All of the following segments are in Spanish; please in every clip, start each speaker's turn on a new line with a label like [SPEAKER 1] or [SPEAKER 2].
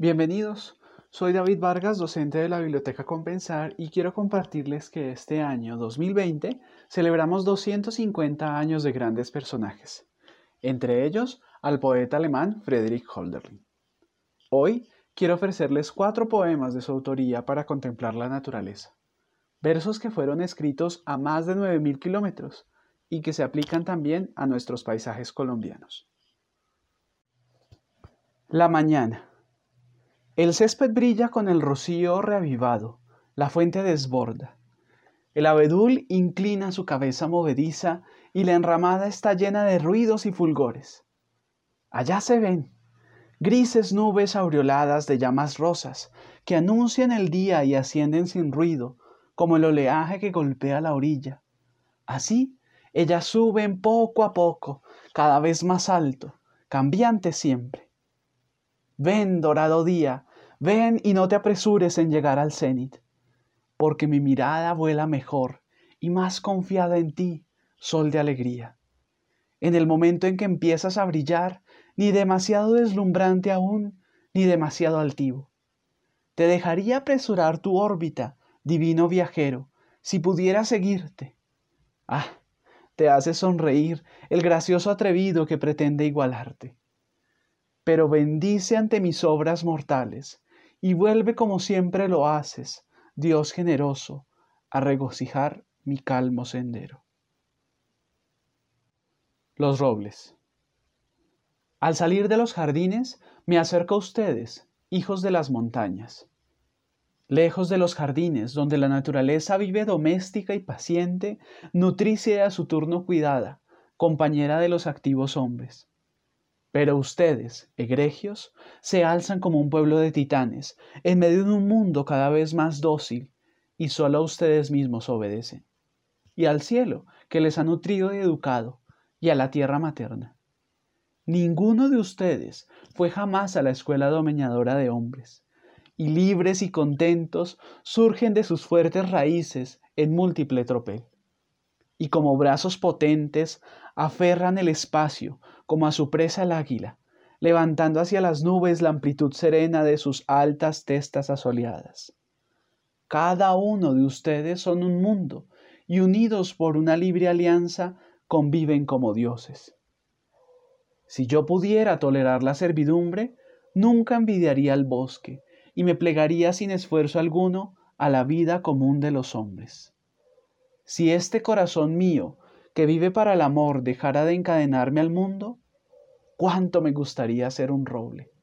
[SPEAKER 1] Bienvenidos, soy David Vargas, docente de la Biblioteca Compensar y quiero compartirles que este año 2020 celebramos 250 años de grandes personajes, entre ellos al poeta alemán Friedrich Hölderlin. Hoy quiero ofrecerles 4 poemas de su autoría para contemplar la naturaleza, versos que fueron escritos a más de 9.000 kilómetros y que se aplican también a nuestros paisajes colombianos. La mañana. El césped brilla con el rocío reavivado, la fuente desborda. El abedul inclina su cabeza movediza y la enramada está llena de ruidos y fulgores. Allá se ven grises nubes aureoladas de llamas rosas que anuncian el día y ascienden sin ruido, como el oleaje que golpea la orilla. Así, ellas suben poco a poco, cada vez más alto, cambiante siempre. Ven, dorado día, ven y no te apresures en llegar al cenit, porque mi mirada vuela mejor y más confiada en ti, sol de alegría. En el momento en que empiezas a brillar, ni demasiado deslumbrante aún, ni demasiado altivo. Te dejaría apresurar tu órbita, divino viajero, si pudiera seguirte. Ah, te hace sonreír el gracioso atrevido que pretende igualarte. Pero bendice ante mis obras mortales, y vuelve como siempre lo haces, Dios generoso, a regocijar mi calmo sendero. Los robles. Al salir de los jardines, me acerco a ustedes, hijos de las montañas. Lejos de los jardines, donde la naturaleza vive doméstica y paciente, nutricia y a su turno cuidada, compañera de los activos hombres. Pero ustedes, egregios, se alzan como un pueblo de titanes, en medio de un mundo cada vez más dócil, y solo a ustedes mismos obedecen. Y al cielo, que les ha nutrido y educado, y a la tierra materna. Ninguno de ustedes fue jamás a la escuela dominadora de hombres, y libres y contentos surgen de sus fuertes raíces en múltiple tropel. Y como brazos potentes aferran el espacio como a su presa el águila, levantando hacia las nubes la amplitud serena de sus altas testas asoleadas. Cada uno de ustedes son un mundo, y unidos por una libre alianza, conviven como dioses. Si yo pudiera tolerar la servidumbre, nunca envidiaría el bosque, y me plegaría sin esfuerzo alguno a la vida común de los hombres. Si este corazón mío, que vive para el amor, dejara de encadenarme al mundo, cuánto me gustaría ser un roble.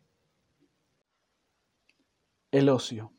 [SPEAKER 1] El ocio.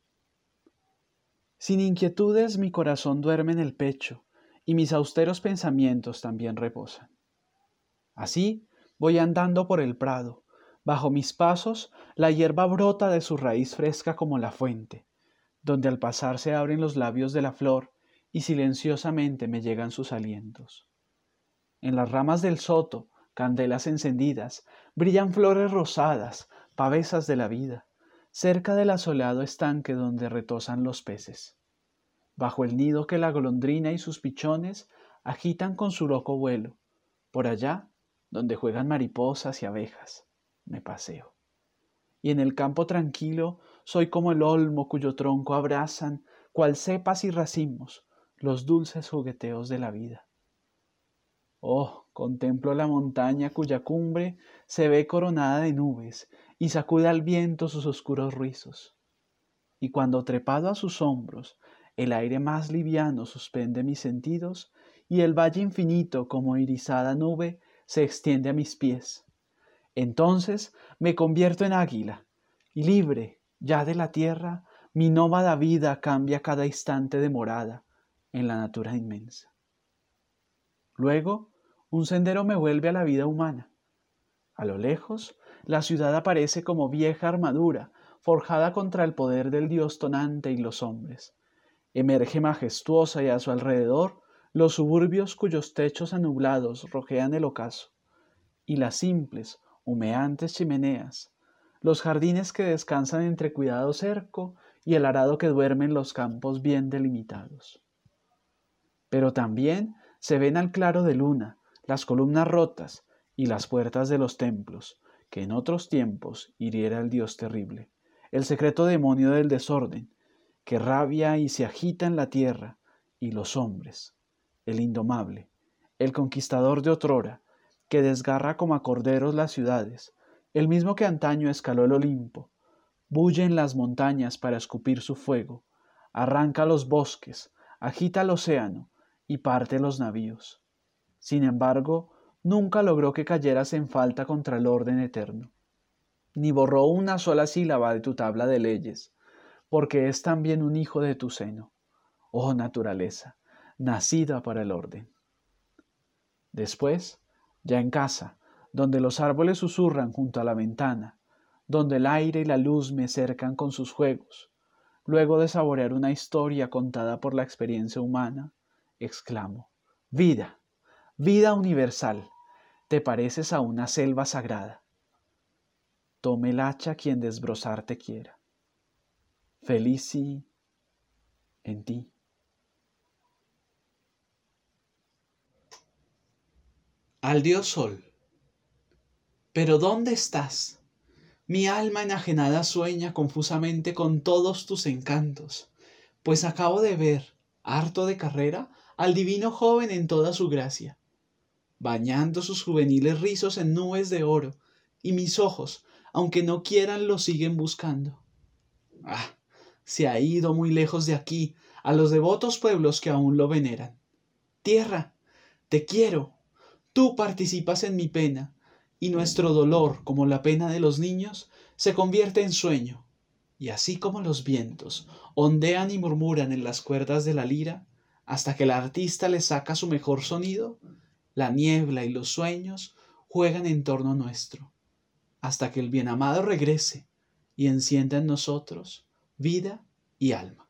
[SPEAKER 1] Sin inquietudes mi corazón duerme en el pecho, y mis austeros pensamientos también reposan. Así voy andando por el prado, bajo mis pasos la hierba brota de su raíz fresca como la fuente, donde al pasar se abren los labios de la flor y silenciosamente me llegan sus alientos. En las ramas del soto, candelas encendidas, brillan flores rosadas, pavesas de la vida, cerca del asoleado estanque donde retosan los peces. Bajo el nido que la golondrina y sus pichones agitan con su loco vuelo, por allá, donde juegan mariposas y abejas, me paseo. Y en el campo tranquilo soy como el olmo cuyo tronco abrazan, cual cepas y racimos, los dulces jugueteos de la vida. Oh, contemplo la montaña cuya cumbre se ve coronada de nubes y sacude al viento sus oscuros rizos. Y cuando trepado a sus hombros, el aire más liviano suspende mis sentidos y el valle infinito como irisada nube se extiende a mis pies. Entonces me convierto en águila y libre ya de la tierra, mi nómada vida cambia cada instante de morada en la natura inmensa. Luego, un sendero me vuelve a la vida humana. A lo lejos, la ciudad aparece como vieja armadura, forjada contra el poder del dios tonante y los hombres. Emerge majestuosa y a su alrededor los suburbios cuyos techos anublados rojean el ocaso, y las simples, humeantes chimeneas, los jardines que descansan entre cuidado cerco y el arado que duerme en los campos bien delimitados. Pero también se ven al claro de luna las columnas rotas y las puertas de los templos, que en otros tiempos hiriera el Dios terrible, el secreto demonio del desorden, que rabia y se agita en la tierra y los hombres, el indomable, el conquistador de otrora, que desgarra como a corderos las ciudades, el mismo que antaño escaló el Olimpo, bulle en las montañas para escupir su fuego, arranca los bosques, agita el océano y parte los navíos. Sin embargo, nunca logró que cayeras en falta contra el orden eterno, ni borró una sola sílaba de tu tabla de leyes, porque es también un hijo de tu seno, oh naturaleza, nacida para el orden. Después, ya en casa, donde los árboles susurran junto a la ventana, donde el aire y la luz me cercan con sus juegos, luego de saborear una historia contada por la experiencia humana, exclamo, vida, vida universal, te pareces a una selva sagrada. Tome el hacha quien desbrozarte quiera. Felici en ti.
[SPEAKER 2] Al dios Sol. Pero ¿dónde estás? Mi alma enajenada sueña confusamente con todos tus encantos, pues acabo de ver, harto de carrera, al divino joven en toda su gracia, bañando sus juveniles rizos en nubes de oro, y mis ojos, aunque no quieran, lo siguen buscando. Ah, se ha ido muy lejos de aquí, a los devotos pueblos que aún lo veneran. Tierra, te quiero, tú participas en mi pena, y nuestro dolor, como la pena de los niños, se convierte en sueño. Y así como los vientos ondean y murmuran en las cuerdas de la lira, hasta que el artista le saca su mejor sonido, la niebla y los sueños juegan en torno nuestro, hasta que el bien amado regrese y encienda en nosotros vida y alma.